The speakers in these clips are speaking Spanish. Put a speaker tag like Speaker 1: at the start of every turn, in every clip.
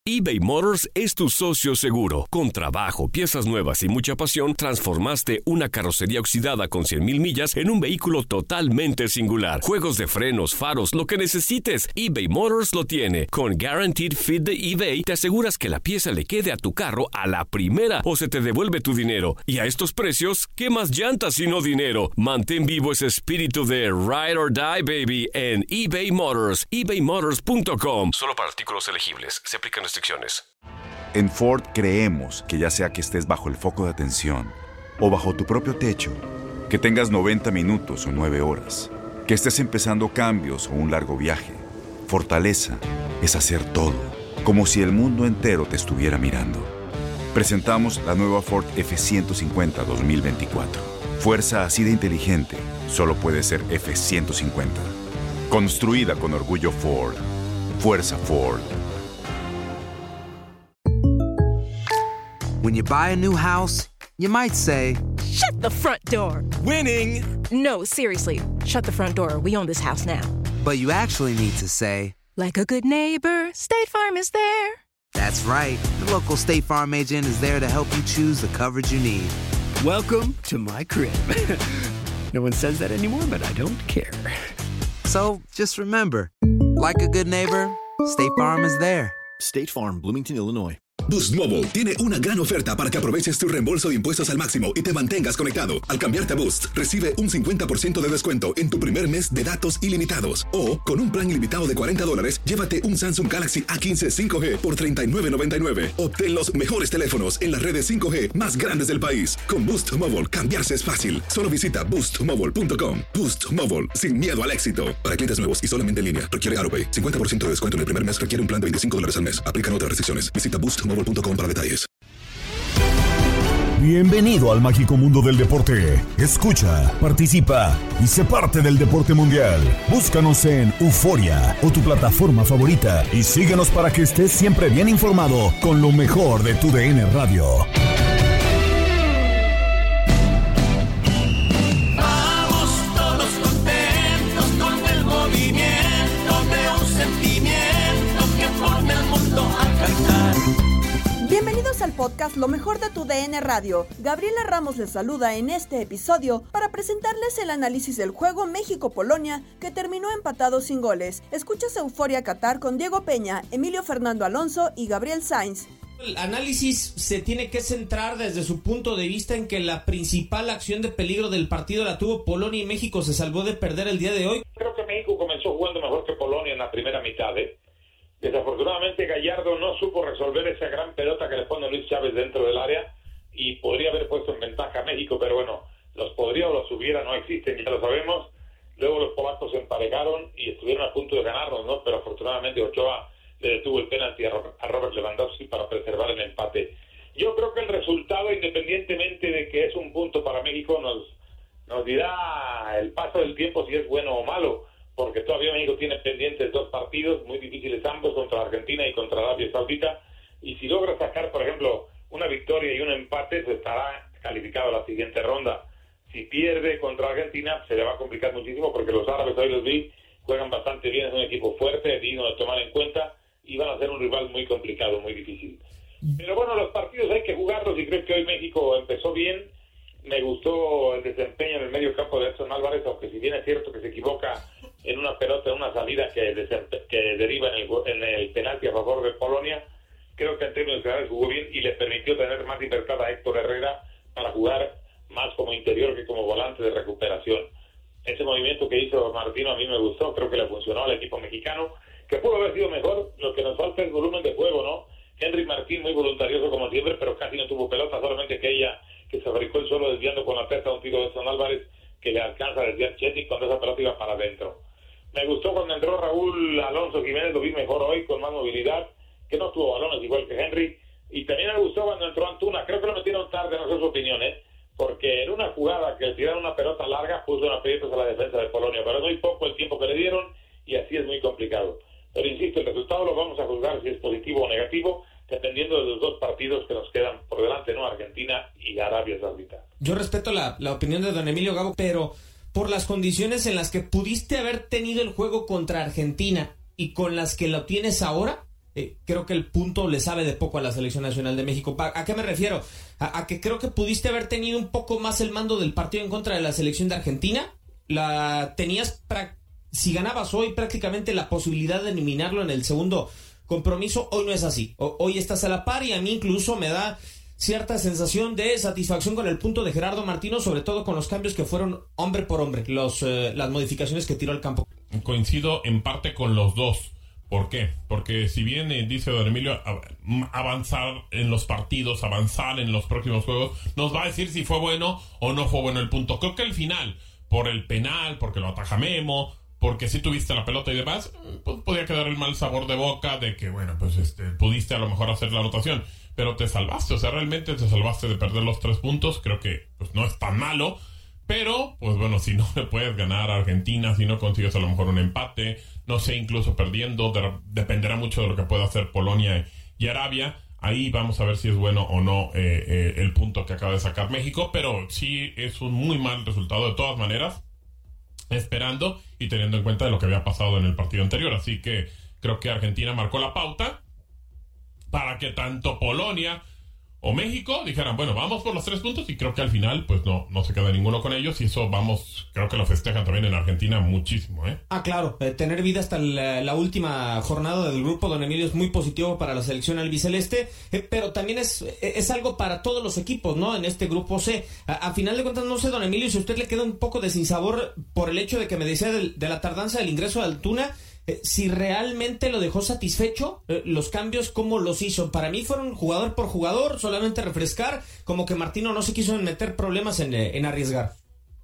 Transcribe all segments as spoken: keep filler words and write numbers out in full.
Speaker 1: eBay Motors es tu socio seguro. Con trabajo, piezas nuevas y mucha pasión, transformaste una carrocería oxidada con cien mil millas en un vehículo totalmente singular. Juegos de frenos, faros, lo que necesites, eBay Motors lo tiene. Con Guaranteed Fit de eBay, te aseguras que la pieza le quede a tu carro a la primera o se te devuelve tu dinero. Y a estos precios, ¿qué más llantas sino dinero? Mantén vivo ese espíritu de Ride or Die, baby, en eBay Motors. ebay motors punto com. Solo para artículos elegibles. Se aplican restricciones.
Speaker 2: En Ford creemos que ya sea que estés bajo el foco de atención o bajo tu propio techo, que tengas noventa minutos o nueve horas, que estés empezando cambios o un largo viaje, fortaleza es hacer todo, como si el mundo entero te estuviera mirando. Presentamos la nueva Ford F ciento cincuenta dos mil veinticuatro. Fuerza así de inteligente solo puede ser F ciento cincuenta. Construida con orgullo Ford. Fuerza Ford.
Speaker 3: When you buy a new house, you might say,
Speaker 4: "Shut the front door."
Speaker 5: Winning!
Speaker 4: No, seriously. Shut the front door. We own this house now.
Speaker 3: But you actually need to say,
Speaker 4: like a good neighbor, State Farm is there.
Speaker 3: That's right. The local State Farm agent is there to help you choose the coverage you need.
Speaker 5: Welcome to my crib. No one says that anymore, but I don't care.
Speaker 3: So just remember, like a good neighbor, State Farm is there.
Speaker 6: State Farm, Bloomington, Illinois.
Speaker 7: Boost Mobile tiene una gran oferta para que aproveches tu reembolso de impuestos al máximo y te mantengas conectado. Al cambiarte a Boost, recibe un cincuenta por ciento de descuento en tu primer mes de datos ilimitados. O, con un plan ilimitado de cuarenta dólares, llévate un Samsung Galaxy A quince cinco G por treinta y nueve noventa y nueve. Obtén los mejores teléfonos en las redes cinco G más grandes del país. Con Boost Mobile, cambiarse es fácil. Solo visita boost mobile punto com. Boost Mobile, sin miedo al éxito. Para clientes nuevos y solamente en línea, requiere AutoPay. cincuenta por ciento de descuento en el primer mes requiere un plan de veinticinco dólares al mes. Aplican otras restricciones. Visita boost mobile punto com para detalles.
Speaker 8: Bienvenido al mágico mundo del deporte. Escucha, participa y sé parte del deporte mundial. Búscanos en Euforia o tu plataforma favorita y síguenos para que estés siempre bien informado con lo mejor de tu D N Radio.
Speaker 9: Vamos todos contentos con el movimiento de un sentimiento que pone al mundo a cantar.
Speaker 10: Bienvenidos al podcast Lo Mejor de tu D N Radio. Gabriela Ramos les saluda en este episodio para presentarles el análisis del juego México-Polonia que terminó empatado sin goles. Escuchas Euforia Qatar con Diego Peña, Emilio Fernando Alonso y Gabriel Sainz.
Speaker 11: El análisis se tiene que centrar desde su punto de vista en que la principal acción de peligro del partido la tuvo Polonia y México se salvó de perder el día de hoy.
Speaker 12: Creo que México comenzó jugando mejor que Polonia en la primera mitad, ¿eh? Desafortunadamente Gallardo no supo resolver esa gran pelota que le pone Luis Chávez dentro del área y podría haber puesto en ventaja a México, pero bueno, los podría o los hubiera, no existen, ya lo sabemos. Luego los polacos se emparejaron y estuvieron a punto de ganarnos, ¿no? Pero afortunadamente Ochoa le detuvo el penalti a Robert Lewandowski para preservar el empate. Yo creo que el resultado, independientemente de que es un punto para México, nos, nos dirá el paso del tiempo si es bueno o malo, porque todavía México tiene pendientes dos partidos muy difíciles ambos, contra Argentina y contra Arabia Saudita, y si logra sacar, por ejemplo, una victoria y un empate, se estará calificado a la siguiente ronda. Si pierde contra Argentina, se le va a complicar muchísimo, porque los árabes, hoy los vi, juegan bastante bien, es un equipo fuerte, digno de tomar en cuenta, y van a ser un rival muy complicado, muy difícil. Pero bueno, los partidos hay que jugarlos, y creo que hoy México empezó bien. Me gustó el desempeño en el medio campo de Edson Álvarez, aunque si bien es cierto que se equivoca en una pelota, en una salida que, desempe- que deriva en el, en el penalti a favor de Polonia, creo que en términos generales jugó bien y le permitió tener más libertad a Héctor Herrera para jugar más como interior que como volante de recuperación. Ese movimiento que hizo Martino a mí me gustó, creo que le funcionó al equipo mexicano, que pudo haber sido mejor. Lo que nos falta es volumen de juego, ¿no? Henry Martín muy voluntarioso como siempre, pero casi no tuvo pelota, solamente que ella que se fabricó el suelo desviando con la testa un tiro de Edson Álvarez que le alcanza a desviar Chetty cuando esa pelota iba para adentro. Me gustó cuando entró Raúl Alonso Jiménez, lo vi mejor hoy, con más movilidad, que no tuvo balones igual que Henry, y también me gustó cuando entró Antuna. Creo que lo metieron tarde, no sé su opinión, ¿eh? Porque en una jugada que le tiraron una pelota larga puso una aprietos a la defensa de Polonia, pero es muy poco el tiempo que le dieron y así es muy complicado. Pero insisto, el resultado lo vamos a juzgar si es positivo o negativo, dependiendo de los dos partidos que nos quedan por delante, ¿no? Argentina y Arabia Saudita.
Speaker 11: Yo respeto la, la opinión de don Emilio Gabo, pero por las condiciones en las que pudiste haber tenido el juego contra Argentina y con las que lo tienes ahora, eh, creo que el punto le sabe de poco a la Selección Nacional de México. ¿A qué me refiero? A, a que creo que pudiste haber tenido un poco más el mando del partido en contra de la selección de Argentina. La tenías, pra- si ganabas hoy, prácticamente la posibilidad de eliminarlo en el segundo compromiso. Hoy no es así. O, hoy estás a la par y a mí incluso me da cierta sensación de satisfacción con el punto de Gerardo Martino, sobre todo con los cambios que fueron hombre por hombre, los, eh, las modificaciones que tiró al campo.
Speaker 13: Coincido en parte con los dos. ¿Por qué? Porque si bien eh, dice don Emilio, avanzar en los partidos, avanzar en los próximos juegos, nos va a decir si fue bueno o no fue bueno el punto. Creo que al final, por el penal, porque lo ataja Memo, porque si tuviste la pelota y demás, pues podía quedar el mal sabor de boca de que, bueno, pues este, pudiste a lo mejor hacer la anotación, pero te salvaste, o sea, realmente te salvaste de perder los tres puntos. Creo que pues no es tan malo, pero, pues bueno, si no le puedes ganar a Argentina, si no consigues a lo mejor un empate, no sé, incluso perdiendo, de, dependerá mucho de lo que pueda hacer Polonia y Arabia. Ahí vamos a ver si es bueno o no eh, eh, el punto que acaba de sacar México, pero sí es un muy mal resultado de todas maneras, esperando y teniendo en cuenta de lo que había pasado en el partido anterior. Así que creo que Argentina marcó la pauta para que tanto Polonia o México dijeran, bueno, vamos por los tres puntos, y creo que al final pues no, no se queda ninguno con ellos, y eso vamos, creo que lo festejan también en Argentina muchísimo, ¿eh?
Speaker 11: Ah, claro, eh, tener vida hasta la, la última jornada del grupo, don Emilio, es muy positivo para la selección albiceleste, eh, pero también es, es algo para todos los equipos, ¿no? En este grupo C. A, a final de cuentas, no sé, don Emilio, si a usted le queda un poco de sinsabor por el hecho de que me decía de, de la tardanza del ingreso de Altuna, Eh, si realmente lo dejó satisfecho, eh, los cambios, ¿cómo los hizo? Para mí fueron jugador por jugador, solamente refrescar, como que Martino no se quiso meter problemas en, eh, en arriesgar.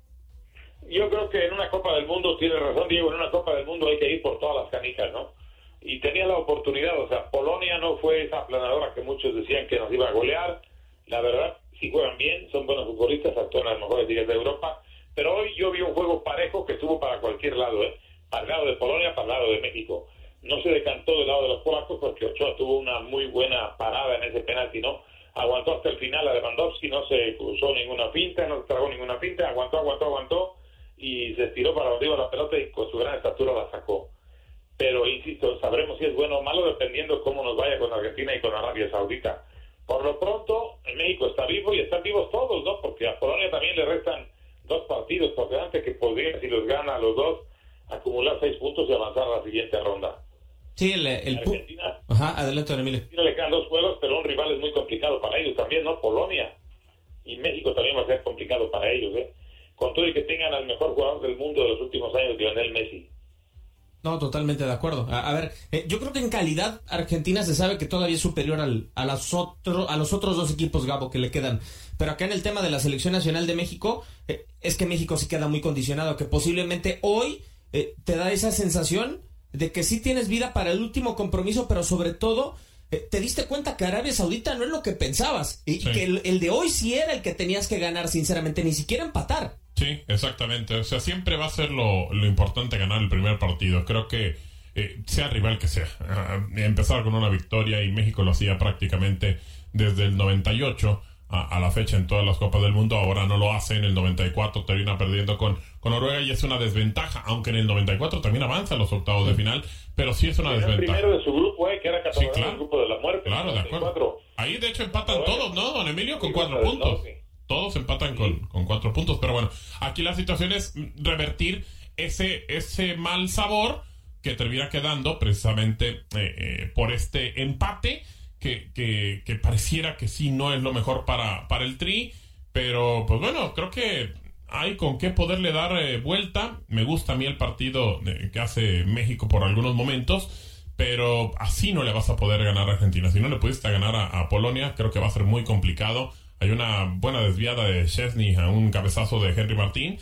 Speaker 12: Yo creo que en una Copa del Mundo, tiene razón Diego, en una Copa del Mundo hay que ir por todas las canicas, ¿no? Y tenía la oportunidad, o sea, Polonia no fue esa aplanadora que muchos decían que nos iba a golear. La verdad, si juegan bien, son buenos futbolistas, actúan en las mejores ligas de Europa, pero hoy yo vi un juego parejo que estuvo para cualquier lado, ¿eh? Para el lado de Polonia, para el lado de México. No se decantó del lado de los polacos porque Ochoa tuvo una muy buena parada en ese penalti, ¿no? Aguantó hasta el final a Lewandowski, no se cruzó ninguna finta, no se tragó ninguna finta, aguantó, aguantó, aguantó y se estiró para arriba la pelota y con su gran estatura la sacó. Pero, insisto, sabremos si es bueno o malo dependiendo cómo nos vaya con Argentina y con Arabia Saudita. Por lo pronto, en México está vivo y están vivos todos, ¿no? Porque a Polonia también le restan dos partidos por delante que podrían, si los gana los dos, acumular seis puntos y avanzar a la siguiente ronda.
Speaker 11: Sí, el... el
Speaker 12: Argentina,
Speaker 11: Ajá, adelante, don Emilio.
Speaker 12: Argentina le quedan dos juegos, pero un rival es muy complicado para ellos también, ¿no? Polonia. Y México también va a ser complicado para ellos, ¿eh? Con todo y que tengan al mejor jugador del mundo de los últimos años, Lionel Messi.
Speaker 11: No, totalmente de acuerdo. A, a ver, eh, yo creo que en calidad Argentina se sabe que todavía es superior al, a, las otro, a los otros dos equipos, Gabo, que le quedan. Pero acá en el tema de la Selección Nacional de México, eh, es que México sí queda muy condicionado, que posiblemente hoy eh, te da esa sensación de que sí tienes vida para el último compromiso, pero sobre todo eh, te diste cuenta que Arabia Saudita no es lo que pensabas, y, sí. y que el, el de hoy sí era el que tenías que ganar, sinceramente, ni siquiera empatar.
Speaker 13: Sí, exactamente. O sea, siempre va a ser lo, lo importante ganar el primer partido. Creo que eh, sea el rival que sea. Uh, empezar con una victoria, y México lo hacía prácticamente desde el noventa y ocho a, a la fecha en todas las Copas del Mundo. Ahora no lo hace. En el noventa y cuatro termina perdiendo con, con Noruega y es una desventaja, aunque en el noventa y cuatro también avanza a los octavos sí. de final, pero sí es una
Speaker 12: Era
Speaker 13: desventaja.
Speaker 12: El primero de su grupo, eh, que era catalogado
Speaker 13: sí, claro.
Speaker 12: el grupo de la muerte.
Speaker 13: Claro, de acuerdo. Ahí de hecho empatan bueno, todos, ¿no, don Emilio? Con cuatro puntos. No, sí. Todos empatan sí. con, con cuatro puntos, pero bueno, aquí la situación es revertir ese, ese mal sabor que termina quedando precisamente eh, eh, por este empate que, que, que pareciera que sí no es lo mejor para, para el Tri, pero pues bueno, creo que hay con qué poderle dar eh, vuelta. Me gusta a mí el partido eh, que hace México por algunos momentos, pero así no le vas a poder ganar a Argentina. Si no le pudiste ganar a, a Polonia, creo que va a ser muy complicado. Hay una buena desviada de Szczesny a un cabezazo de Henry Martín,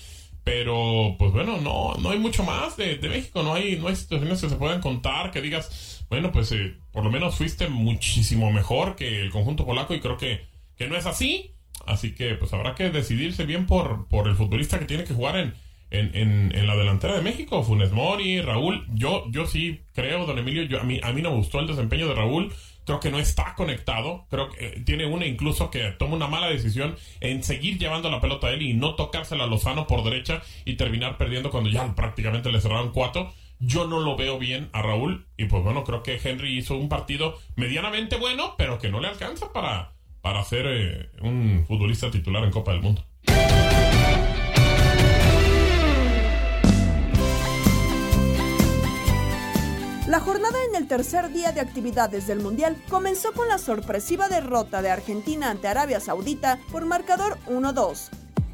Speaker 13: pero pues bueno, no no hay mucho más de, de México, no hay no hay situaciones que se puedan contar que digas, bueno, pues eh, por lo menos fuiste muchísimo mejor que el conjunto polaco, y creo que, que no es así, así que pues habrá que decidirse bien por, por el futbolista que tiene que jugar en, en, en, en la delantera de México, Funes Mori, Raúl. Yo yo sí creo, don Emilio, yo a mí a mí no me gustó el desempeño de Raúl. Creo que no está conectado. Creo que eh, tiene una incluso que toma una mala decisión en seguir llevando la pelota a él y no tocársela a Lozano por derecha y terminar perdiendo cuando ya prácticamente le cerraron cuatro. yo no lo veo bien a Raúl. Y pues bueno, creo que Henry hizo un partido medianamente bueno, pero que no le alcanza para, para ser eh, un futbolista titular en Copa del Mundo.
Speaker 10: La jornada en el tercer día de actividades del Mundial comenzó con la sorpresiva derrota de Argentina ante Arabia Saudita por marcador uno dos.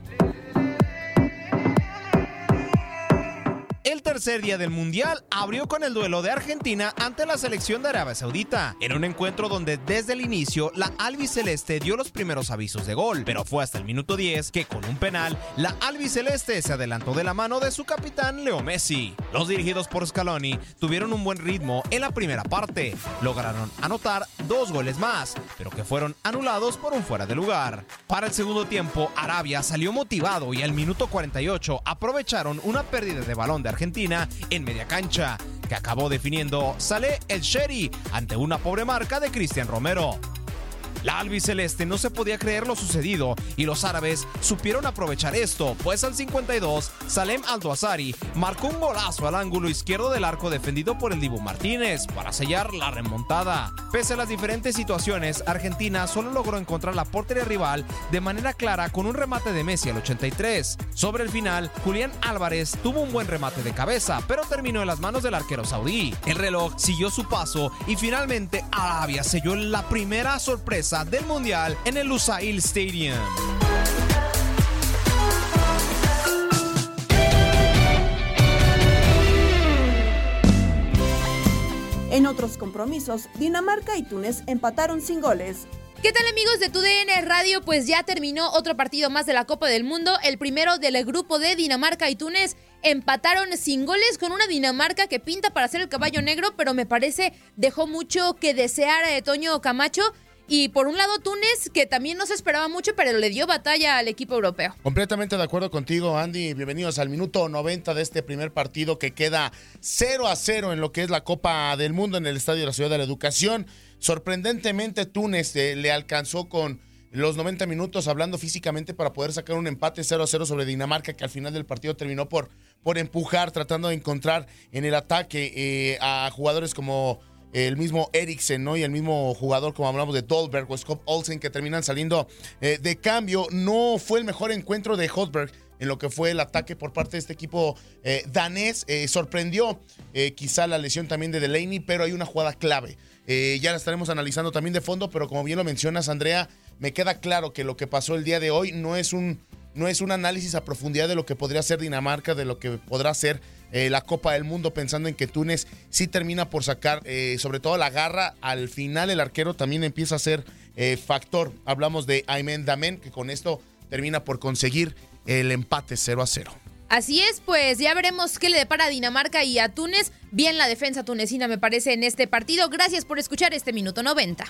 Speaker 14: El tercer día del Mundial abrió con el duelo de Argentina ante la selección de Arabia Saudita, en un encuentro donde desde el inicio la albiceleste dio los primeros avisos de gol, pero fue hasta el minuto diez que con un penal la albiceleste se adelantó de la mano de su capitán Leo Messi. Los dirigidos por Scaloni tuvieron un buen ritmo en la primera parte, lograron anotar dos goles más, pero que fueron anulados por un fuera de lugar. Para el segundo tiempo, Arabia salió motivado y al minuto cuarenta y ocho aprovecharon una pérdida de balón de Argentina en media cancha, que acabó definiendo Saleh El Sheri ante una pobre marca de Cristian Romero. La albiceleste no se podía creer lo sucedido y los árabes supieron aprovechar esto, pues al cincuenta y dos, Salem Al-Doazari marcó un golazo al ángulo izquierdo del arco defendido por el Dibu Martínez para sellar la remontada. Pese a las diferentes situaciones, Argentina solo logró encontrar la portería rival de manera clara con un remate de Messi al ochenta y tres. Sobre el final, Julián Álvarez tuvo un buen remate de cabeza, pero terminó en las manos del arquero saudí. El reloj siguió su paso y finalmente Arabia selló la primera sorpresa del Mundial en el Lusail Stadium.
Speaker 10: En otros compromisos, Dinamarca y Túnez empataron sin goles.
Speaker 15: ¿Qué tal, amigos de tu D N Radio? Pues ya terminó otro partido más de la Copa del Mundo. El primero del grupo de Dinamarca y Túnez empataron sin goles con una Dinamarca que pinta para ser el caballo negro, pero me parece dejó mucho que desear a Toño Camacho. Y por un lado Túnez, que también no se esperaba mucho, pero le dio batalla al equipo europeo.
Speaker 16: Completamente de acuerdo contigo, Andy. Bienvenidos al minuto noventa de este primer partido que queda cero a cero en lo que es la Copa del Mundo en el Estadio de la Ciudad de la Educación. Sorprendentemente, Túnez eh, le alcanzó con los noventa minutos hablando físicamente para poder sacar un empate cero a cero sobre Dinamarca, que al final del partido terminó por, por empujar, tratando de encontrar en el ataque eh, a jugadores como el mismo Eriksen, ¿no? Y el mismo jugador, como hablamos de Dolberg o Scott Olsen, que terminan saliendo eh, de cambio. No fue el mejor encuentro de Højbjerg en lo que fue el ataque por parte de este equipo eh, danés. Eh, sorprendió eh, quizá la lesión también de Delaney, pero hay una jugada clave. Eh, ya la estaremos analizando también de fondo, pero como bien lo mencionas, Andrea, me queda claro que lo que pasó el día de hoy no es un, no es un análisis a profundidad de lo que podría ser Dinamarca, de lo que podrá ser Eh, la Copa del Mundo, pensando en que Túnez sí termina por sacar eh, sobre todo la garra. Al final el arquero también empieza a ser eh, factor. Hablamos de Aymen Damen, que con esto termina por conseguir el empate cero a cero.
Speaker 15: Así es, pues ya veremos qué le depara a Dinamarca y a Túnez. Bien la defensa tunecina, me parece, en este partido. Gracias por escuchar este minuto noventa.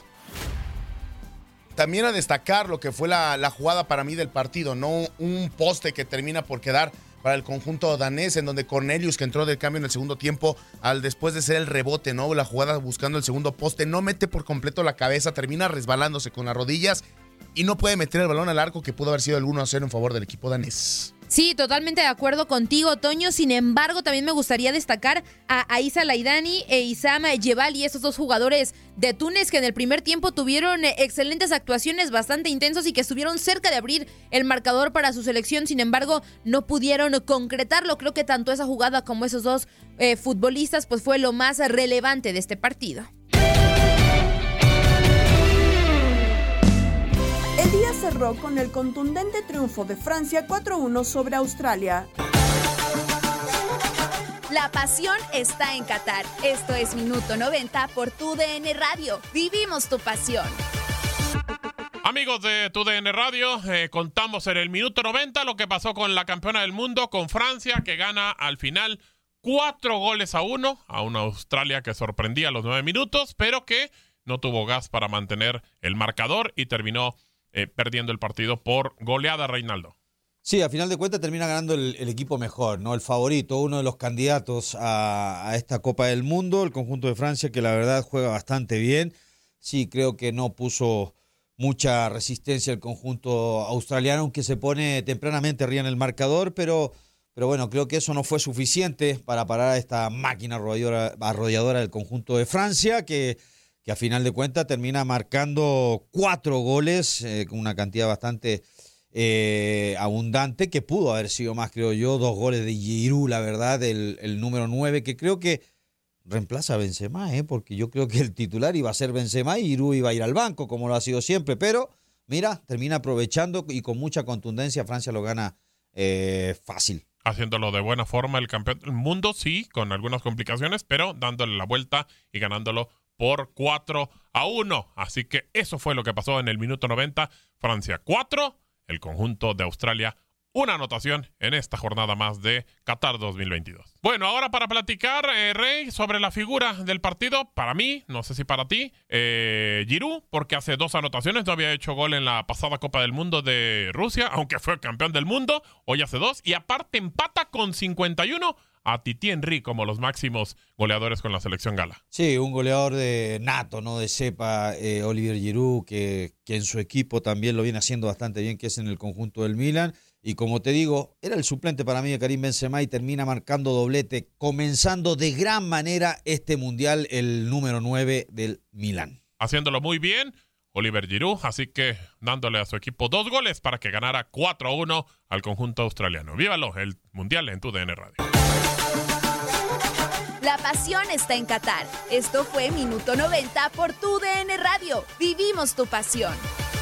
Speaker 16: También a destacar lo que fue la, la jugada para mí del partido, ¿no? Un poste que termina por quedar para el conjunto danés, en donde Cornelius, que entró del cambio en el segundo tiempo, al después de ser el rebote, ¿no? La jugada buscando el segundo poste, no mete por completo la cabeza, termina resbalándose con las rodillas y no puede meter el balón al arco, que pudo haber sido el uno a cero en favor del equipo danés.
Speaker 15: Sí, totalmente de acuerdo contigo, Toño. Sin embargo, también me gustaría destacar a Aissa Laidani e Issam Jebali, esos dos jugadores de Túnez que en el primer tiempo tuvieron excelentes actuaciones, bastante intensos y que estuvieron cerca de abrir el marcador para su selección. Sin embargo, no pudieron concretarlo. Creo que tanto esa jugada como esos dos eh, futbolistas pues fue lo más relevante de este partido.
Speaker 10: El día cerró con el contundente triunfo de Francia cuatro uno sobre Australia.
Speaker 17: La pasión está en Qatar. Esto es Minuto noventa por tu D N Radio. Vivimos tu pasión.
Speaker 13: Amigos de tu D N Radio, eh, contamos en el Minuto noventa lo que pasó con la campeona del mundo, con Francia, que gana al final cuatro goles a uno a una Australia que sorprendía a los nueve minutos, pero que no tuvo gas para mantener el marcador y terminó Eh, perdiendo el partido por goleada, Reinaldo.
Speaker 18: Sí, a final de cuentas termina ganando el, el equipo mejor, ¿no? El favorito, uno de los candidatos a, a esta Copa del Mundo, el conjunto de Francia, que la verdad juega bastante bien. Sí, creo que no puso mucha resistencia el conjunto australiano, aunque se pone tempranamente arriba en el marcador, pero Pero bueno, creo que eso no fue suficiente para parar a esta máquina arrolladora, arrolladora del conjunto de Francia, que, que a final de cuentas termina marcando cuatro goles, eh, con una cantidad bastante eh, abundante, que pudo haber sido más, creo yo, dos goles de Giroud, la verdad, el, el número nueve, que creo que reemplaza a Benzema, ¿eh? Porque yo creo que el titular iba a ser Benzema y Giroud iba a ir al banco, como lo ha sido siempre, pero mira, termina aprovechando y con mucha contundencia Francia lo gana eh, fácil.
Speaker 13: Haciéndolo de buena forma el campeón del mundo, sí, con algunas complicaciones, pero dándole la vuelta y ganándolo por cuatro a uno. Así que eso fue lo que pasó en el minuto noventa. Francia cuatro, el conjunto de Australia una anotación en esta jornada más de Qatar dos mil veintidós. Bueno, ahora para platicar, eh, Rey, sobre la figura del partido, para mí, no sé si para ti, eh, Giroud, porque hace dos anotaciones, no había hecho gol en la pasada Copa del Mundo de Rusia, aunque fue campeón del mundo, hoy hace dos, y aparte empata con cincuenta y uno a Titi Henry como los máximos goleadores con la selección gala.
Speaker 18: Sí, un goleador de nato, ¿no? De cepa, eh, Olivier Giroud, que, que en su equipo también lo viene haciendo bastante bien, que es en el conjunto del Milan. Y como te digo, era el suplente para mí de Karim Benzema y termina marcando doblete, comenzando de gran manera este mundial el número nueve del Milan.
Speaker 13: Haciéndolo muy bien, Olivier Giroud, así que dándole a su equipo dos goles para que ganara cuatro a uno al conjunto australiano. Vívalo, el mundial en tu D N Radio.
Speaker 17: La pasión está en Qatar. Esto fue Minuto noventa por tu D N Radio. Vivimos tu pasión.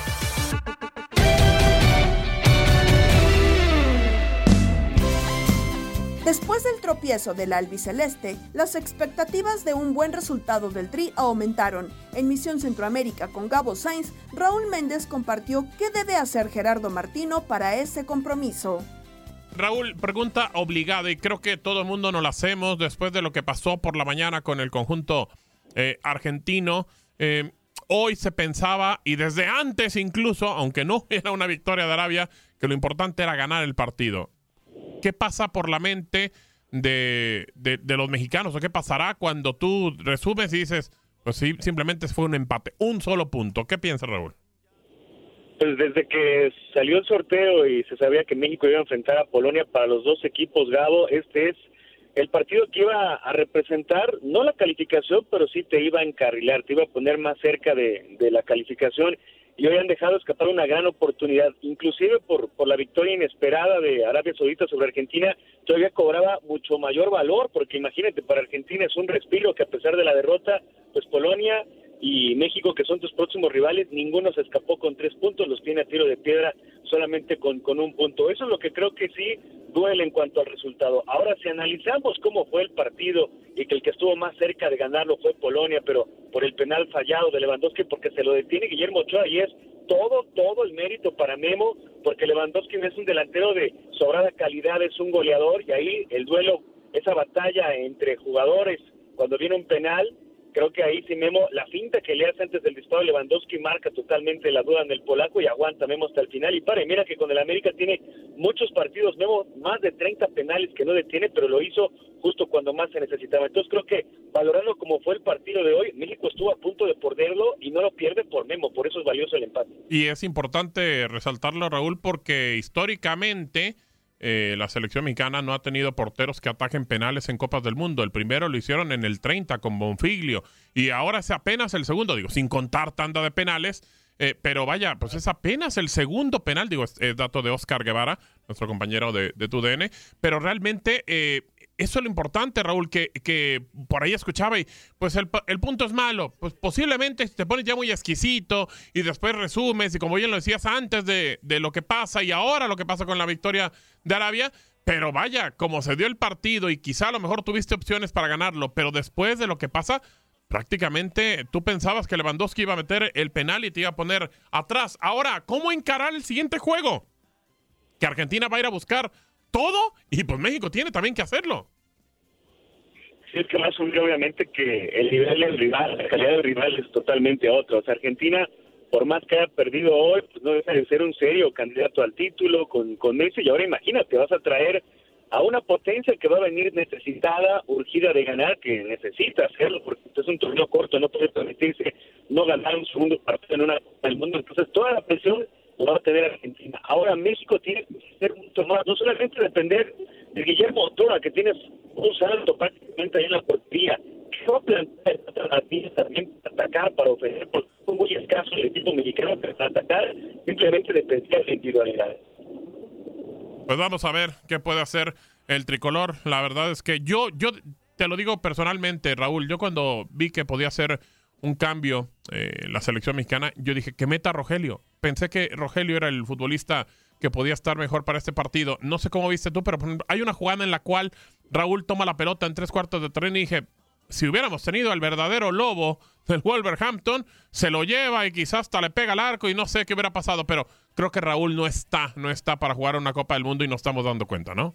Speaker 10: Después del tropiezo del albiceleste, las expectativas de un buen resultado del Tri aumentaron. En Misión Centroamérica con Gabo Sainz, Raúl Méndez compartió qué debe hacer Gerardo Martino para ese compromiso.
Speaker 13: Raúl, pregunta obligada y creo que todo el mundo nos la hacemos después de lo que pasó por la mañana con el conjunto eh, argentino. Eh, hoy se pensaba, y desde antes incluso, aunque no era una victoria de Arabia, que lo importante era ganar el partido. ¿Qué pasa por la mente de, de, de los mexicanos? ¿O qué pasará cuando tú resumes y dices, pues sí, simplemente fue un empate, un solo punto? ¿Qué piensas, Raúl?
Speaker 19: Pues desde que salió el sorteo y se sabía que México iba a enfrentar a Polonia, para los dos equipos, Gabo, este es el partido que iba a representar, no la calificación, pero sí te iba a encarrilar, te iba a poner más cerca de, de la calificación. Y hoy han dejado escapar una gran oportunidad, inclusive por, por la victoria inesperada de Arabia Saudita sobre Argentina, todavía cobraba mucho mayor valor, porque imagínate, para Argentina es un respiro que a pesar de la derrota, pues Polonia y México, que son tus próximos rivales, ninguno se escapó con tres puntos, los tiene a tiro de piedra solamente con, con un punto. Eso es lo que creo que sí duele en cuanto al resultado. Ahora, si analizamos cómo fue el partido y que el que estuvo más cerca de ganarlo fue Polonia, pero por el penal fallado de Lewandowski, porque se lo detiene Guillermo Ochoa, y es todo, todo el mérito para Memo, porque Lewandowski es un delantero de sobrada calidad, es un goleador, y ahí el duelo, esa batalla entre jugadores, cuando viene un penal, creo que ahí sí Memo, la finta que le hace antes del disparo Lewandowski marca totalmente la duda en el polaco y aguanta Memo hasta el final. Y para, mira que con el América tiene muchos partidos, Memo, más de treinta penales que no detiene, pero lo hizo justo cuando más se necesitaba. Entonces creo que, valorando como fue el partido de hoy, México estuvo a punto de perderlo y no lo pierde por Memo, por eso es valioso el empate.
Speaker 13: Y es importante resaltarlo, Raúl, porque históricamente Eh, la selección mexicana no ha tenido porteros que ataquen penales en Copas del Mundo. El primero lo hicieron en el treinta con Bonfiglio y ahora es apenas el segundo, digo, sin contar tanda de penales, eh, pero vaya, pues es apenas el segundo penal, digo, es, es dato de Oscar Guevara, nuestro compañero de, de T U D N, pero realmente eh, eso es lo importante, Raúl, que, que por ahí escuchaba y pues el, el punto es malo, pues posiblemente te pones ya muy exquisito y después resumes y como bien lo decías antes de, de lo que pasa y ahora lo que pasa con la victoria de Arabia, pero vaya, como se dio el partido y quizá a lo mejor tuviste opciones para ganarlo, pero después de lo que pasa, prácticamente tú pensabas que Lewandowski iba a meter el penal y te iba a poner atrás. Ahora, ¿cómo encarar el siguiente juego? Que Argentina va a ir a buscar todo y pues México tiene también que hacerlo.
Speaker 19: Sí, es que más obviamente que el nivel del rival, la calidad del rival es totalmente otra. O sea, Argentina, por más que haya perdido hoy, pues no deja de ser un serio candidato al título con, con Messi. Y ahora imagínate, vas a traer a una potencia que va a venir necesitada, urgida de ganar, que necesita hacerlo, porque es un torneo corto, no puede permitirse no ganar un segundo partido en una Copa del Mundo. Entonces, toda la presión lo va a tener Argentina. Ahora México tiene que ser mucho más, no solamente depender de Guillermo Ochoa, que tiene un salto prácticamente ahí en la portería. ¿Qué va a plantear Martínez también para atacar, para ofrecer? Porque fue muy escaso el equipo mexicano, que para atacar simplemente dependía de la individualidad.
Speaker 13: Pues vamos a ver qué puede hacer el tricolor. La verdad es que yo, yo te lo digo personalmente, Raúl, yo cuando vi que podía hacer un cambio eh, la selección mexicana, yo dije que meta a Rogelio. Pensé que Rogelio era el futbolista que podía estar mejor para este partido. No sé cómo viste tú, pero por ejemplo, hay una jugada en la cual Raúl toma la pelota en tres cuartos de terreno y dije, si hubiéramos tenido al verdadero lobo del Wolverhampton, se lo lleva y quizás hasta le pega al arco y no sé qué hubiera pasado, pero creo que Raúl no está, no está para jugar una Copa del Mundo y nos estamos dando cuenta, ¿no?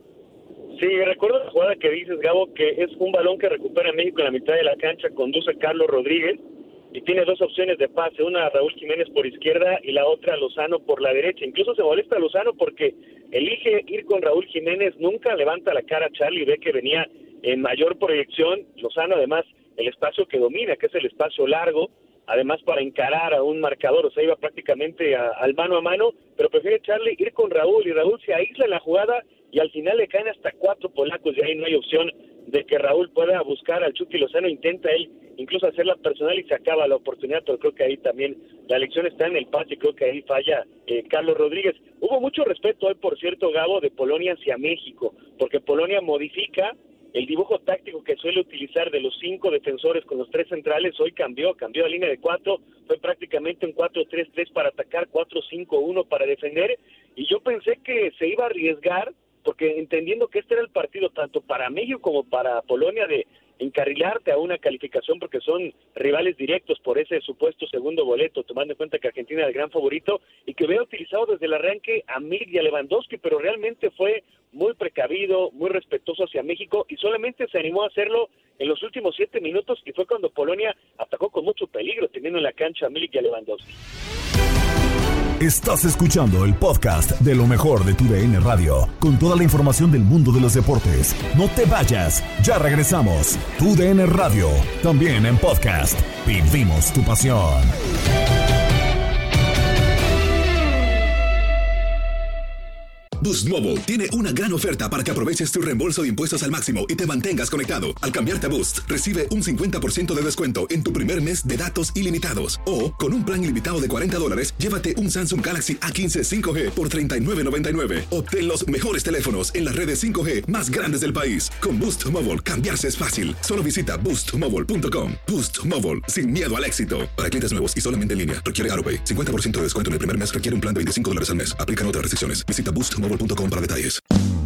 Speaker 19: Sí, recuerdo la jugada que dices, Gabo, que es un balón que recupera México en la mitad de la cancha, conduce Carlos Rodríguez y tiene dos opciones de pase, una a Raúl Jiménez por izquierda y la otra a Lozano por la derecha. Incluso se molesta a Lozano porque elige ir con Raúl Jiménez, nunca levanta la cara a Charlie, ve que venía en mayor proyección. Lozano, además, el espacio que domina, que es el espacio largo, además para encarar a un marcador, o sea, iba prácticamente a, al mano a mano, pero prefiere Charlie ir con Raúl, y Raúl se aísla en la jugada, y al final le caen hasta cuatro polacos, y ahí no hay opción de que Raúl pueda buscar al Chucky Lozano. Intenta él incluso hacerla personal y se acaba la oportunidad, pero creo que ahí también la elección está en el pase, y creo que ahí falla eh, Carlos Rodríguez. Hubo mucho respeto hoy, por cierto, Gabo, de Polonia hacia México, porque Polonia modifica el dibujo táctico que suele utilizar de los cinco defensores con los tres centrales. Hoy cambió, cambió la línea de cuatro, fue prácticamente un cuatro tres tres para atacar, cuatro cinco uno para defender, y yo pensé que se iba a arriesgar, porque entendiendo que este era el partido tanto para México como para Polonia de encarrilarte a una calificación, porque son rivales directos por ese supuesto segundo boleto, tomando en cuenta que Argentina era el gran favorito, y que hubiera utilizado desde el arranque a Milik y a Lewandowski, pero realmente fue muy precavido, muy respetuoso hacia México, y solamente se animó a hacerlo en los últimos siete minutos, y fue cuando Polonia atacó con mucho peligro, teniendo en la cancha a Milik y a Lewandowski.
Speaker 8: Estás escuchando el podcast de lo mejor de tu D N Radio, con toda la información del mundo de los deportes. No te vayas, ya regresamos. Tu D N Radio, también en podcast. Vivimos tu pasión.
Speaker 7: Boost Mobile tiene una gran oferta para que aproveches tu reembolso de impuestos al máximo y te mantengas conectado. Al cambiarte a Boost, recibe un cincuenta por ciento de descuento en tu primer mes de datos ilimitados. O, con un plan ilimitado de cuarenta dólares, llévate un Samsung Galaxy A quince cinco G por treinta y nueve noventa y nueve. Obtén los mejores teléfonos en las redes cinco G más grandes del país. Con Boost Mobile, cambiarse es fácil. Solo visita boost mobile punto com. Boost Mobile, sin miedo al éxito. Para clientes nuevos y solamente en línea, requiere AutoPay. cincuenta por ciento de descuento en el primer mes requiere un plan de veinticinco dólares al mes. Aplican otras restricciones. Visita boost mobile punto com para detalles.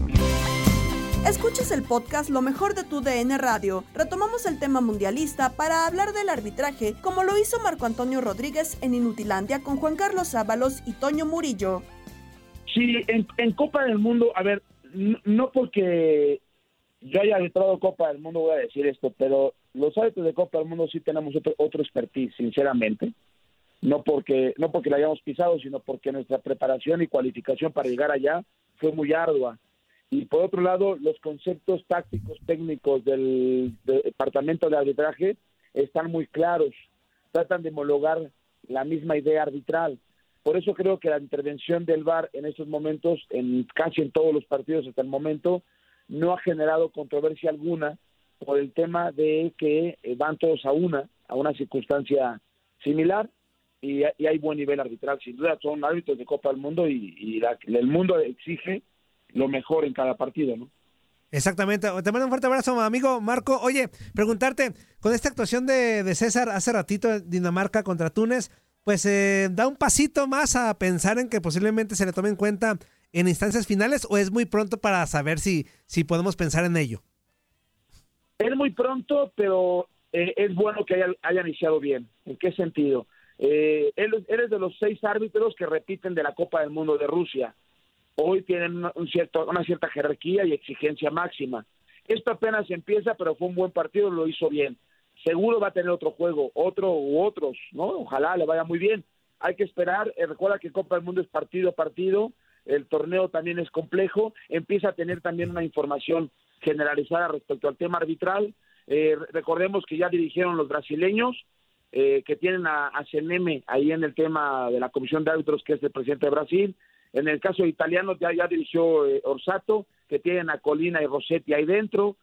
Speaker 10: Escuchas el podcast Lo Mejor de tu D N Radio. Retomamos el tema mundialista para hablar del arbitraje, como lo hizo Marco Antonio Rodríguez en Inutilandia con Juan Carlos Ábalos y Toño Murillo.
Speaker 20: Sí, en, en Copa del Mundo, a ver, no, no porque yo haya arbitrado Copa del Mundo voy a decir esto, pero los árbitros de Copa del Mundo sí tenemos otro, otro expertise, sinceramente. No porque, no porque la hayamos pisado, sino porque nuestra preparación y cualificación para llegar allá fue muy ardua. Y por otro lado, los conceptos tácticos, técnicos del, del departamento de arbitraje están muy claros. Tratan de homologar la misma idea arbitral. Por eso creo que la intervención del V A R en estos momentos, en casi en todos los partidos hasta el momento, no ha generado controversia alguna por el tema de que van todos a una, a una circunstancia similar. Y, y hay buen nivel arbitral, sin duda son árbitros de Copa del Mundo y, y la, el mundo exige lo mejor en cada partido, ¿no?
Speaker 21: Exactamente. Te mando un fuerte abrazo, amigo Marco. Oye, preguntarte, con esta actuación de, de César hace ratito, Dinamarca contra Túnez, pues eh, da un pasito más a pensar en que posiblemente se le tome en cuenta en instancias finales, ¿o es muy pronto para saber si, si podemos pensar en ello?
Speaker 20: Es muy pronto, pero eh, es bueno que haya, haya iniciado bien. ¿En qué sentido? Eh, él, él es de los seis árbitros que repiten de la Copa del Mundo de Rusia. Hoy tienen un cierto, una cierta jerarquía y exigencia máxima. Esto apenas empieza, pero fue un buen partido, lo hizo bien. Seguro va a tener otro juego, otro u otros, ¿no? Ojalá le vaya muy bien. Hay que esperar. Eh, recuerda que Copa del Mundo es partido a partido. El torneo también es complejo. Empieza a tener también una información generalizada respecto al tema arbitral. Eh, recordemos que ya dirigieron los brasileños, Eh, que tienen a, a Seneme ahí en el tema de la Comisión de Árbitros, que es el presidente de Brasil. En el caso de italiano ya, ya dirigió eh, Orsato, que tienen a Colina y Rossetti ahí dentro.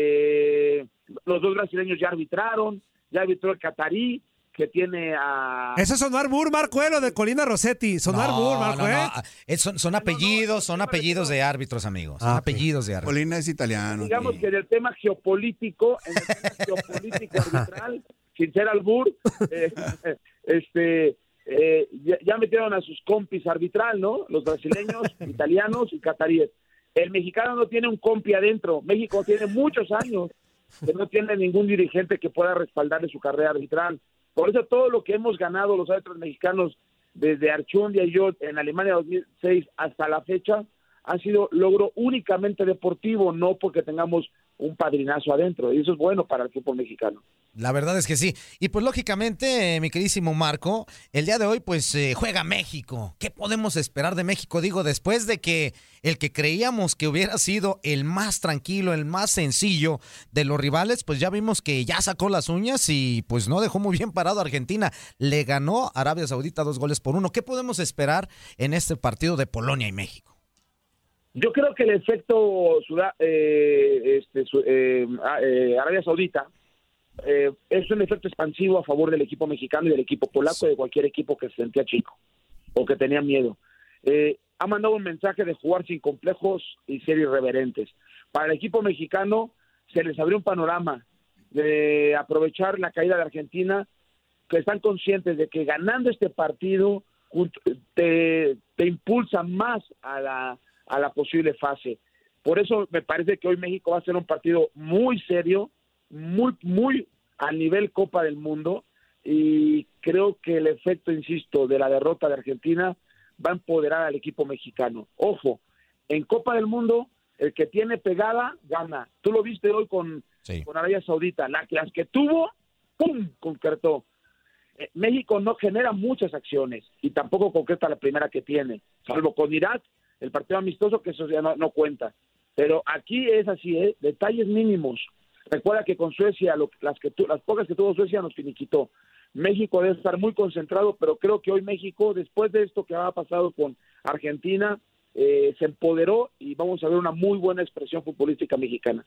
Speaker 20: Eh, los dos brasileños ya arbitraron, ya arbitró el catarí, que tiene a...
Speaker 21: Eso es Sonar Bur, Marco, eh, lo de Colina Rossetti. Sonar
Speaker 1: No,
Speaker 21: Bur, Marco,
Speaker 1: no,
Speaker 21: ¿eh?
Speaker 1: no. Es- Son, son apellidos, son apellidos de árbitros, amigos. Son
Speaker 21: Ah, ok.
Speaker 1: apellidos de árbitros.
Speaker 22: Colina es italiano.
Speaker 20: Digamos que en el tema geopolítico, en el tema geopolítico arbitral, sin ser albur, eh, este, eh, ya, ya metieron a sus compis arbitral, ¿no? Los brasileños, italianos y cataríes. El mexicano no tiene un compi adentro. México tiene muchos años que no tiene ningún dirigente que pueda respaldarle su carrera arbitral. Por eso todo lo que hemos ganado los árbitros mexicanos desde Archundia y yo en Alemania dos mil seis hasta la fecha ha sido logro únicamente deportivo, no porque tengamos un padrinazo adentro. Y eso es bueno para el fútbol mexicano.
Speaker 1: La verdad es que sí. Y pues lógicamente, eh, mi queridísimo Marco, el día de hoy pues eh, juega México. ¿Qué podemos esperar de México? Digo, después de que el que creíamos que hubiera sido el más tranquilo, el más sencillo de los rivales, pues ya vimos que ya sacó las uñas y pues no dejó muy bien parado a Argentina. Le ganó a Arabia Saudita dos goles por uno. ¿Qué podemos esperar en este partido de Polonia y México?
Speaker 20: Yo creo que el efecto Sudá- eh, este, su- eh, a- eh, Arabia Saudita eh, es un efecto expansivo a favor del equipo mexicano y del equipo polaco, de cualquier equipo que se sentía chico o que tenía miedo. Eh, ha mandado un mensaje de jugar sin complejos y ser irreverentes. Para el equipo mexicano se les abrió un panorama de aprovechar la caída de Argentina, que están conscientes de que ganando este partido jun- te, te impulsa más a la a la posible fase. Por eso me parece que hoy México va a ser un partido muy serio, muy, muy a nivel Copa del Mundo, y creo que el efecto, insisto, de la derrota de Argentina va a empoderar al equipo mexicano. Ojo, en Copa del Mundo, el que tiene pegada, gana. Tú lo viste hoy con,
Speaker 1: sí.
Speaker 20: con Arabia Saudita, la, las que tuvo, ¡pum!, concretó. Eh, México no genera muchas acciones y tampoco concreta la primera que tiene, salvo con Irak, el partido amistoso, que eso ya no, no cuenta. Pero aquí es así, ¿eh? Detalles mínimos. Recuerda que con Suecia, lo, las, que tu, las pocas que tuvo Suecia nos finiquitó. México debe estar muy concentrado, pero creo que hoy México, después de esto que ha pasado con Argentina, eh, se empoderó y vamos a ver una muy buena expresión futbolística mexicana.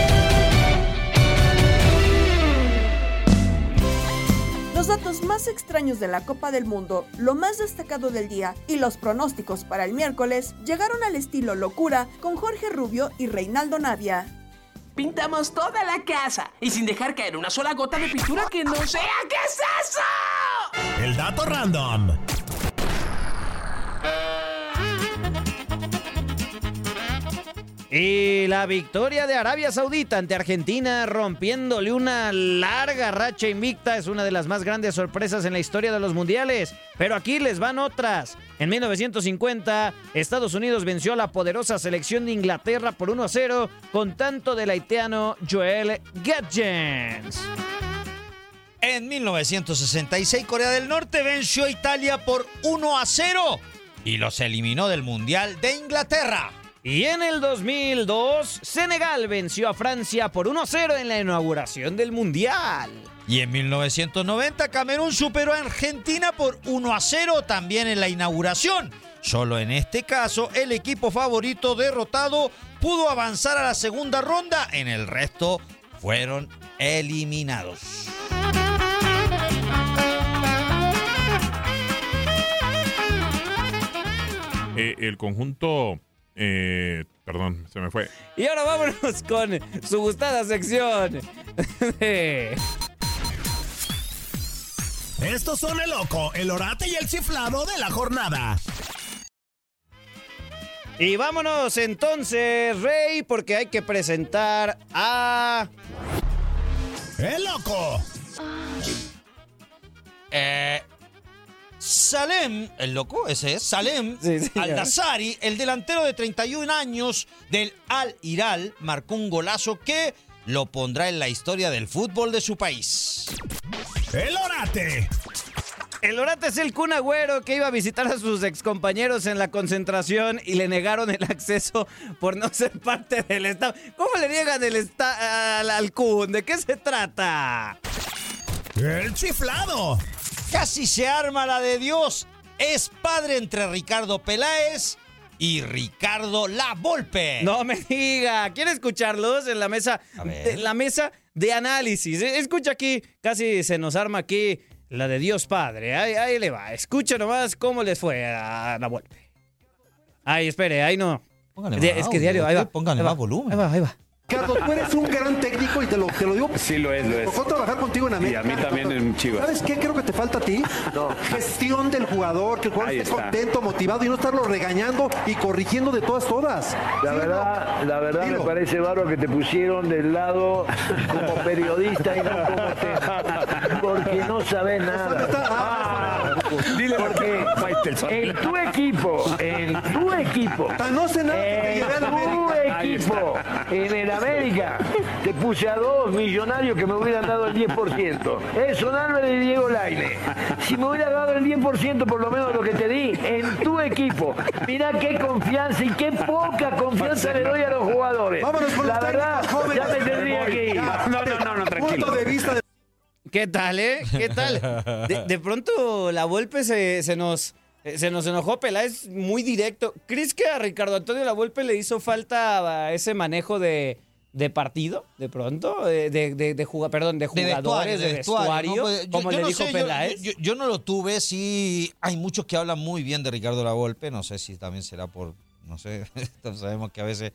Speaker 10: Los datos más extraños de la Copa del Mundo, lo más destacado del día y los pronósticos para el miércoles llegaron al estilo locura con Jorge Rubio y Reinaldo Navia.
Speaker 23: Pintamos toda la casa y sin dejar caer una sola gota de pintura que no sea. ¿Qué es eso?
Speaker 8: El dato random.
Speaker 24: Y la victoria de Arabia Saudita ante Argentina, rompiéndole una larga racha invicta, es una de las más grandes sorpresas en la historia de los mundiales. Pero aquí les van otras. En mil novecientos cincuenta, Estados Unidos venció a la poderosa selección de Inglaterra por uno a cero con tanto del haitiano Joel Gadjens.
Speaker 18: En mil novecientos sesenta y seis, Corea del Norte venció a Italia por uno a cero y los eliminó del Mundial de Inglaterra.
Speaker 24: Y en el dos mil dos, Senegal venció a Francia por uno a cero en la inauguración del Mundial.
Speaker 18: Y en mil novecientos noventa, Camerún superó a Argentina por uno a cero también en la inauguración. Solo en este caso, el equipo favorito derrotado pudo avanzar a la segunda ronda. En el resto, fueron eliminados.
Speaker 13: Eh, el conjunto... Eh, perdón, se me fue.
Speaker 24: Y ahora vámonos con su gustada sección.
Speaker 8: Estos son el loco, el orate y el chiflado de la jornada.
Speaker 24: Y vámonos entonces, Rey, porque hay que presentar a...
Speaker 8: ¡El loco!
Speaker 18: Eh... Salem, el loco, ese es, Salem
Speaker 24: Sí,
Speaker 18: Al-Nassari, el delantero de treinta y un años del Al-Hilal, marcó un golazo que lo pondrá en la historia del fútbol de su país.
Speaker 8: ¡El orate!
Speaker 24: El orate es el Kun Agüero, que iba a visitar a sus excompañeros en la concentración y le negaron el acceso por no ser parte del staff. ¿Cómo le niegan el staff al, al Kun? ¿De qué se trata?
Speaker 8: ¡El chiflado!
Speaker 18: Casi se arma la de Dios. Es padre entre Ricardo Peláez y Ricardo La Volpe.
Speaker 24: No me diga, ¿quiere escucharlos en la mesa, en la mesa de análisis? Escucha aquí, casi se nos arma aquí la de Dios Padre. Ahí, ahí le va, escucha nomás cómo les fue a La Volpe. Ay, espere, ahí no.
Speaker 18: Póngale
Speaker 24: Es
Speaker 18: más
Speaker 24: que diario, ahí va.
Speaker 18: Póngale
Speaker 24: ahí
Speaker 18: más
Speaker 24: va,
Speaker 18: volumen.
Speaker 24: Ahí va, ahí va.
Speaker 2: Ricardo, tú eres un gran técnico y te lo, te lo digo.
Speaker 4: Sí, lo es, lo es.
Speaker 2: Tocó trabajar contigo en América.
Speaker 4: Y a mí también en Chivas.
Speaker 2: ¿Sabes qué creo que te falta a ti? No. Gestión del jugador, que el jugador
Speaker 4: Ahí
Speaker 2: esté
Speaker 4: está.
Speaker 2: contento, motivado y no estarlo regañando y corrigiendo de todas, todas.
Speaker 5: La verdad, la verdad me parece bárbaro que te pusieron del lado como periodista y no como técnico, porque no sabes nada. Ah, dile porque en tu equipo, en tu equipo,
Speaker 2: no sé nada que te
Speaker 5: en
Speaker 2: llevé a la
Speaker 5: tu
Speaker 2: América.
Speaker 5: equipo, en el América, te puse a dos millonarios que me hubieran dado el diez por ciento. Eso Álvarez y Diego Lainez. Si me hubiera dado el diez por ciento por lo menos lo que te di en tu equipo, mirá qué confianza y qué poca confianza le doy a los jugadores.
Speaker 2: Vámonos con
Speaker 5: La
Speaker 2: los
Speaker 5: verdad,
Speaker 2: técnicos jóvenes.
Speaker 5: ya me tendría que ir.
Speaker 4: No, no, no, no, tranquilo.
Speaker 2: Punto de vista de...
Speaker 24: ¿Qué tal, eh? ¿Qué tal? De, de pronto la Volpe se, se nos... Se nos enojó, Peláez muy directo. ¿Crees que a Ricardo Antonio La Volpe le hizo falta ese manejo de, de partido, de pronto? De, de, de, de juga, perdón, de jugadores, de vestuario,
Speaker 18: ¿no? Pues, yo-
Speaker 24: como
Speaker 18: yo
Speaker 24: le
Speaker 18: no
Speaker 24: dijo
Speaker 18: sé, yo-
Speaker 24: Peláez.
Speaker 18: Yo, yo no lo tuve, sí. Hay muchos que hablan muy bien de Ricardo La Volpe. No sé si también será por, no sé, sabemos que a veces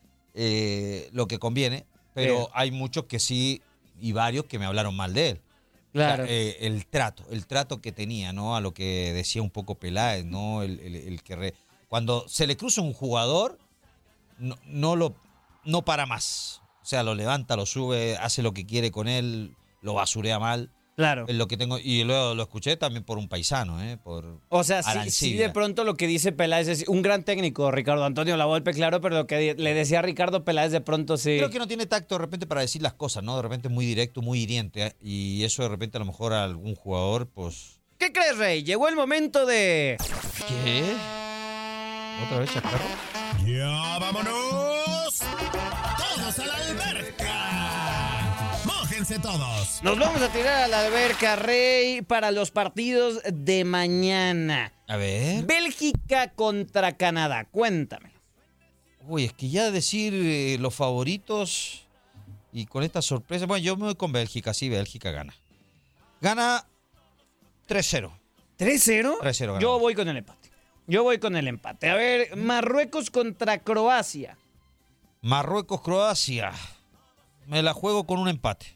Speaker 18: eh, lo que conviene, pero
Speaker 24: Sí.
Speaker 18: hay muchos que sí, y varios que me hablaron mal de él.
Speaker 24: Claro.
Speaker 18: O sea, eh, el trato, el trato que tenía, ¿no? A lo que decía un poco Peláez, ¿no? El, el- el que re- cuando se le cruza un jugador, no, no lo no para más. O sea, lo levanta, lo sube, hace lo que quiere con él, lo basurea mal.
Speaker 24: Claro.
Speaker 18: Es lo que tengo, y luego lo escuché también por un paisano, ¿eh? Por
Speaker 24: O sea, sí, sí,
Speaker 18: Arancibia.
Speaker 24: de pronto lo que dice Peláez es un gran técnico, Ricardo Antonio La Volpe, claro, pero lo que le decía a Ricardo Peláez de pronto sí.
Speaker 18: Creo que no tiene tacto de repente para decir las cosas, ¿no? De repente es muy directo, muy hiriente, ¿eh? Y eso de repente a lo mejor a algún jugador, pues...
Speaker 24: ¿Qué crees, Rey? Llegó el momento de...
Speaker 18: ¿Qué? ¿Otra vez chacarro?
Speaker 22: ¡Ya vámonos! ¡Todos a la alberca! ¡Mójense todos!
Speaker 24: Nos vamos a tirar a la alberca, Rey, para los partidos de mañana.
Speaker 18: A ver.
Speaker 24: Bélgica contra Canadá, cuéntame.
Speaker 18: Uy, es que ya decir eh, los favoritos y con esta sorpresa... Bueno, yo me voy con Bélgica, sí, Bélgica gana. Gana tres cero.
Speaker 24: ¿tres cero?
Speaker 18: tres cero gana.
Speaker 24: Yo voy con el empate. Yo voy con el empate. A ver, Marruecos contra Croacia.
Speaker 18: Marruecos, Croacia. Me la juego con un empate.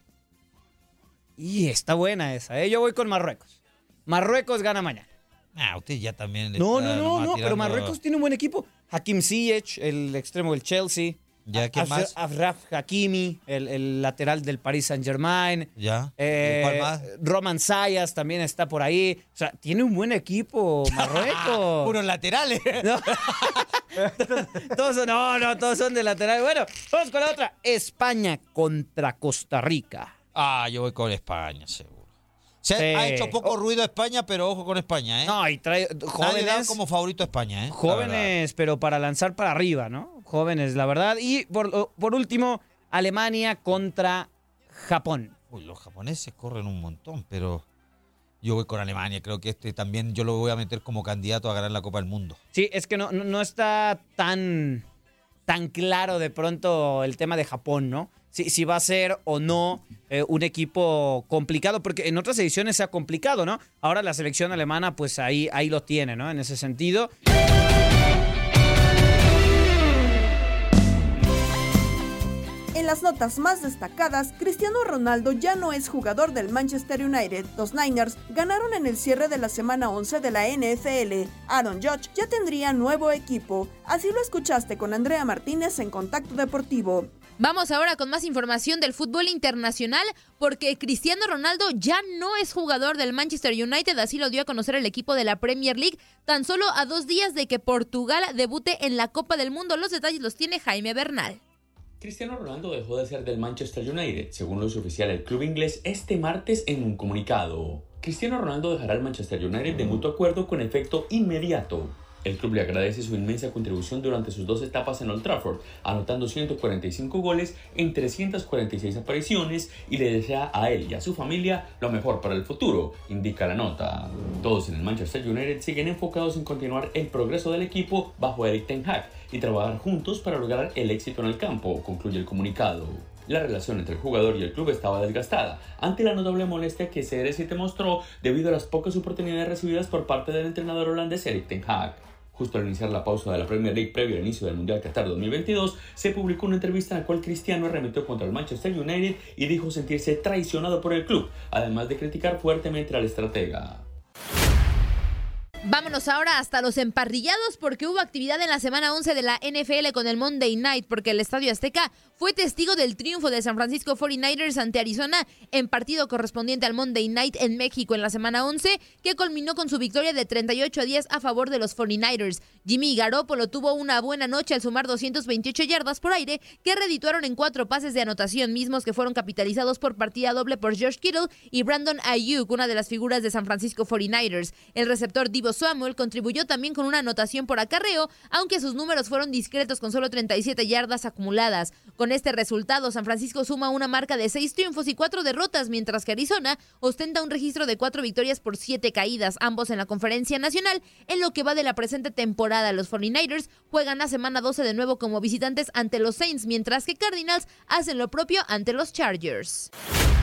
Speaker 24: Y está buena esa, ¿eh? Yo voy con Marruecos. Marruecos gana mañana.
Speaker 18: Ah, usted ya también... le
Speaker 24: No,
Speaker 18: está
Speaker 24: no, no,
Speaker 18: nomás
Speaker 24: no, pero
Speaker 18: tirando-
Speaker 24: Marruecos tiene un buen equipo. Hakim Ziyech, el extremo del Chelsea.
Speaker 18: Ya, ¿quién
Speaker 24: Af-
Speaker 18: más?
Speaker 24: Afraf Hakimi, el, el lateral del Paris Saint-Germain.
Speaker 18: Ya.
Speaker 24: Eh,
Speaker 18: ¿Cuál más?
Speaker 24: Roman Sayas también está por ahí. O sea, tiene un buen equipo Marruecos.
Speaker 18: Puros laterales.
Speaker 24: No. todos son, no, no, todos son de lateral. Bueno, vamos con la otra. España contra Costa Rica.
Speaker 18: Ah, yo voy con España, seguro. Se
Speaker 24: Sí.
Speaker 18: ha hecho poco ruido España, pero ojo con España, ¿eh?
Speaker 24: No, y trae
Speaker 18: Nadie da
Speaker 24: jóvenes.
Speaker 18: como favorito a España, ¿eh? La verdad.
Speaker 24: Jóvenes, pero para lanzar para arriba, ¿no? Jóvenes, la verdad. Y por, por último, Alemania contra Japón.
Speaker 18: Uy, los japoneses corren un montón, pero yo voy con Alemania. Creo que este también yo lo voy a meter como candidato a ganar la Copa del Mundo.
Speaker 24: Sí, es que no, no, no está tan, tan claro de pronto el tema de Japón, ¿no? Si, si va a ser o no eh, un equipo complicado, porque en otras ediciones se ha complicado, ¿no? Ahora la selección alemana, pues ahí, ahí lo tiene, ¿no? En ese sentido.
Speaker 10: En las notas más destacadas, Cristiano Ronaldo ya no es jugador del Manchester United. Los Niners ganaron en el cierre de la semana once de la N F L. Aaron Judge ya tendría nuevo equipo. Así lo escuchaste con Andrea Martínez en Contacto Deportivo.
Speaker 15: Vamos ahora con más información del fútbol internacional porque Cristiano Ronaldo ya no es jugador del Manchester United, así lo dio a conocer el equipo de la Premier League, tan solo a dos días de que Portugal debute en la Copa del Mundo. Los detalles los tiene Jaime Bernal.
Speaker 25: Cristiano Ronaldo dejó de ser del Manchester United, según lo hizo oficial el club inglés este martes en un comunicado. Cristiano Ronaldo dejará el Manchester United de mutuo acuerdo con efecto inmediato. El club le agradece su inmensa contribución durante sus dos etapas en Old Trafford, anotando ciento cuarenta y cinco goles en trescientas cuarenta y seis apariciones, y le desea a él y a su familia lo mejor para el futuro, indica la nota. Todos en el Manchester United siguen enfocados en continuar el progreso del equipo bajo Erik ten Hag y trabajar juntos para lograr el éxito en el campo, concluye el comunicado. La relación entre el jugador y el club estaba desgastada ante la notable molestia que C R siete mostró debido a las pocas oportunidades recibidas por parte del entrenador holandés Erik ten Hag. Justo al iniciar la pausa de la Premier League previo al inicio del Mundial Qatar dos mil veintidós, se publicó una entrevista en la cual Cristiano arremetió contra el Manchester United y dijo sentirse traicionado por el club, además de criticar fuertemente al estratega.
Speaker 15: Vámonos ahora hasta los emparrillados porque hubo actividad en la semana once de la N F L con el Monday Night porque el Estadio Azteca fue testigo del triunfo de San Francisco cuarenta y nueve ers ante Arizona en partido correspondiente al Monday Night en México en la semana once que culminó con su victoria de treinta y ocho a diez a favor de los cuarenta y nueve ers. Jimmy Garoppolo tuvo una buena noche al sumar doscientas veintiocho yardas por aire que redituaron en cuatro pases de anotación mismos que fueron capitalizados por partida doble por George Kittle y Brandon Ayuk, una de las figuras de San Francisco cuarenta y nueve ers. El receptor Deebo Samuel contribuyó también con una anotación por acarreo, aunque sus números fueron discretos con solo treinta y siete yardas acumuladas. Con este resultado, San Francisco suma una marca de seis triunfos y cuatro derrotas, mientras que Arizona ostenta un registro de cuatro victorias por siete caídas, ambos en la Conferencia Nacional. En lo que va de la presente temporada, los cuarenta y nueve ers juegan la semana doce de nuevo como visitantes ante los Saints, mientras que Cardinals hacen lo propio ante los Chargers.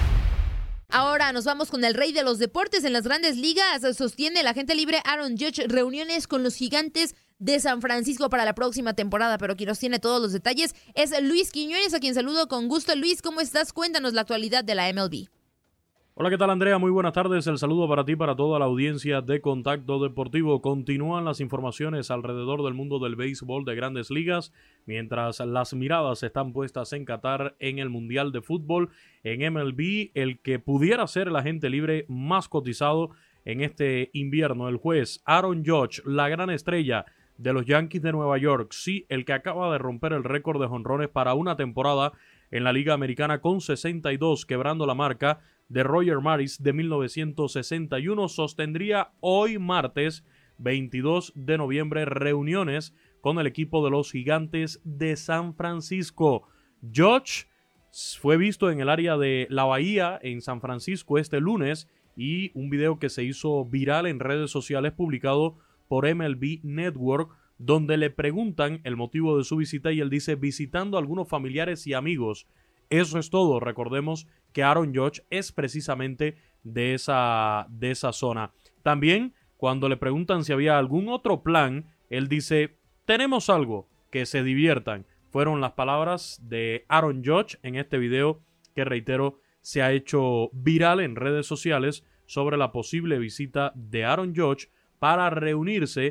Speaker 15: Ahora nos vamos con el rey de los deportes en las grandes ligas. Sostiene el agente libre Aaron Judge reuniones con los Gigantes de San Francisco para la próxima temporada, pero quien nos tiene todos los detalles es Luis Quiñones, a quien saludo con gusto. Luis, ¿cómo estás? Cuéntanos la actualidad de la M L B.
Speaker 3: Hola, ¿qué tal, Andrea? Muy buenas tardes. El saludo para ti y para toda la audiencia de Contacto Deportivo. Continúan las informaciones alrededor del mundo del béisbol de Grandes Ligas, mientras las miradas están puestas en Qatar en el Mundial de Fútbol. En M L B, el que pudiera ser el agente libre más cotizado en este invierno, el juez Aaron Judge, la gran estrella de los Yankees de Nueva York, sí, el que acaba de romper el récord de jonrones para una temporada en la Liga Americana con sesenta y dos, quebrando la marca de Roger Maris de mil novecientos sesenta y uno, sostendría hoy martes veintidós de noviembre reuniones con el equipo de los Gigantes de San Francisco. Judge fue visto en el área de la Bahía en San Francisco este lunes y un video que se hizo viral en redes sociales publicado por M L B Network, donde le preguntan el motivo de su visita y él dice visitando a algunos familiares y amigos. Eso es todo. Recordemos que Aaron Judge es precisamente de esa, de esa zona. También, cuando le preguntan si había algún otro plan, él dice, tenemos algo, que se diviertan. Fueron las palabras de Aaron Judge en este video que, reitero, se ha hecho viral en redes sociales sobre la posible visita de Aaron Judge para reunirse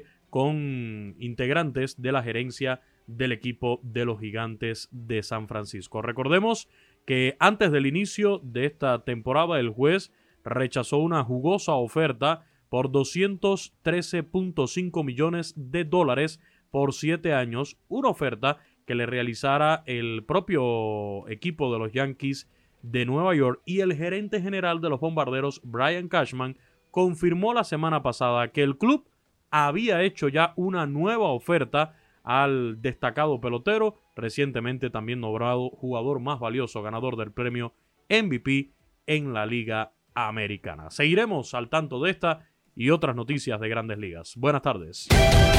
Speaker 3: con integrantes de la gerencia del equipo de los Gigantes de San Francisco. Recordemos que antes del inicio de esta temporada el juez rechazó una jugosa oferta por doscientos trece punto cinco millones de dólares por siete años, una oferta que le realizara el propio equipo de los Yankees de Nueva York, y el gerente general de los Bombarderos, Brian Cashman, confirmó la semana pasada que el club había hecho ya una nueva oferta al destacado pelotero, recientemente también nombrado jugador más valioso, ganador del premio M V P en la Liga Americana. Seguiremos al tanto de esta y otras noticias de Grandes Ligas. Buenas tardes.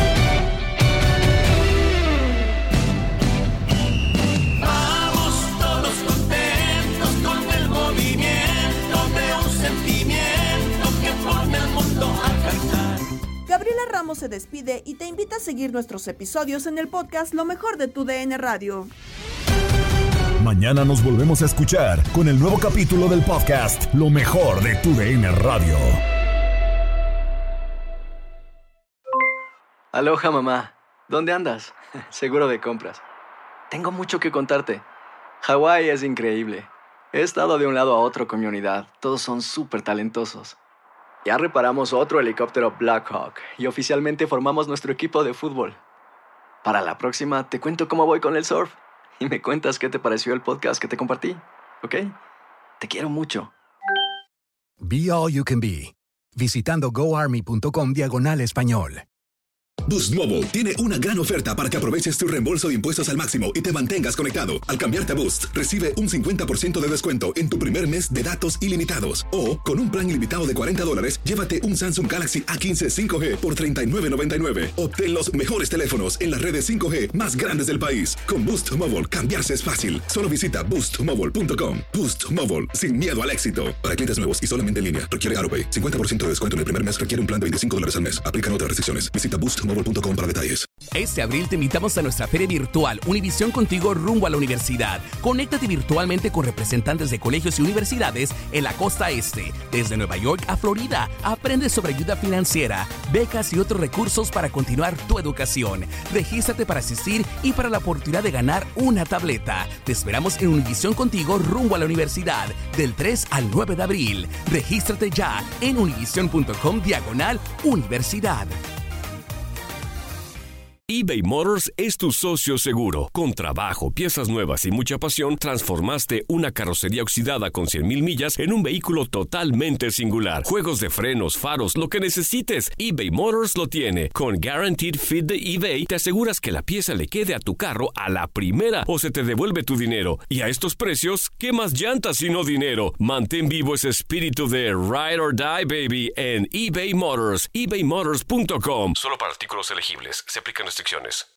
Speaker 22: Vamos todos contentos con el movimiento de un sentimiento que pone al mundo a cantar.
Speaker 10: Gabriela Ramos se despide y te invita a seguir nuestros episodios en el podcast Lo Mejor de Tu D N Radio.
Speaker 8: Mañana nos volvemos a escuchar con el nuevo capítulo del podcast Lo Mejor de Tu D N Radio.
Speaker 6: Aloha, mamá. ¿Dónde andas? Seguro de compras. Tengo mucho que contarte. Hawái es increíble. He estado de un lado a otro con mi unidad. Todos son súper talentosos. Ya reparamos otro helicóptero Blackhawk y oficialmente formamos nuestro equipo de fútbol. Para la próxima te cuento cómo voy con el surf y me cuentas qué te pareció el podcast que te compartí, ¿ok? Te quiero mucho.
Speaker 9: Be All You Can Be, visitando goarmy.com diagonal español.
Speaker 7: Boost Mobile tiene una gran oferta para que aproveches tu reembolso de impuestos al máximo y te mantengas conectado. Al cambiarte a Boost, recibe un cincuenta por ciento de descuento en tu primer mes de datos ilimitados. O, con un plan ilimitado de cuarenta dólares, llévate un Samsung Galaxy A quince cinco G por treinta y nueve noventa y nueve. Obtén los mejores teléfonos en las redes cinco G más grandes del país. Con Boost Mobile, cambiarse es fácil. Solo visita boost mobile punto com. Boost Mobile, sin miedo al éxito. Para clientes nuevos y solamente en línea, requiere AutoPay. cincuenta por ciento de descuento en el primer mes, requiere un plan de veinticinco dólares al mes. Aplican otras restricciones. Visita boost mobile punto com para detalles.
Speaker 9: Este abril te invitamos a nuestra feria virtual Univisión Contigo rumbo a la universidad. Conéctate virtualmente con representantes de colegios y universidades en la costa este, desde Nueva York a Florida. Aprende sobre ayuda financiera, becas y otros recursos para continuar tu educación. Regístrate para asistir y para la oportunidad de ganar una tableta. Te esperamos en Univisión Contigo rumbo a la universidad del tres al nueve de abril. Regístrate ya en univision punto com diagonal universidad.
Speaker 11: eBay Motors es tu socio seguro. Con trabajo, piezas nuevas y mucha pasión, transformaste una carrocería oxidada con cien mil millas en un vehículo totalmente singular. Juegos de frenos, faros, lo que necesites, eBay Motors lo tiene. Con Guaranteed Fit de eBay, te aseguras que la pieza le quede a tu carro a la primera o se te devuelve tu dinero. Y a estos precios, ¿qué más llantas y no dinero? Mantén vivo ese espíritu de Ride or Die, baby, en eBay Motors. eBay motors punto com. Solo para artículos elegibles. Se aplican restricciones.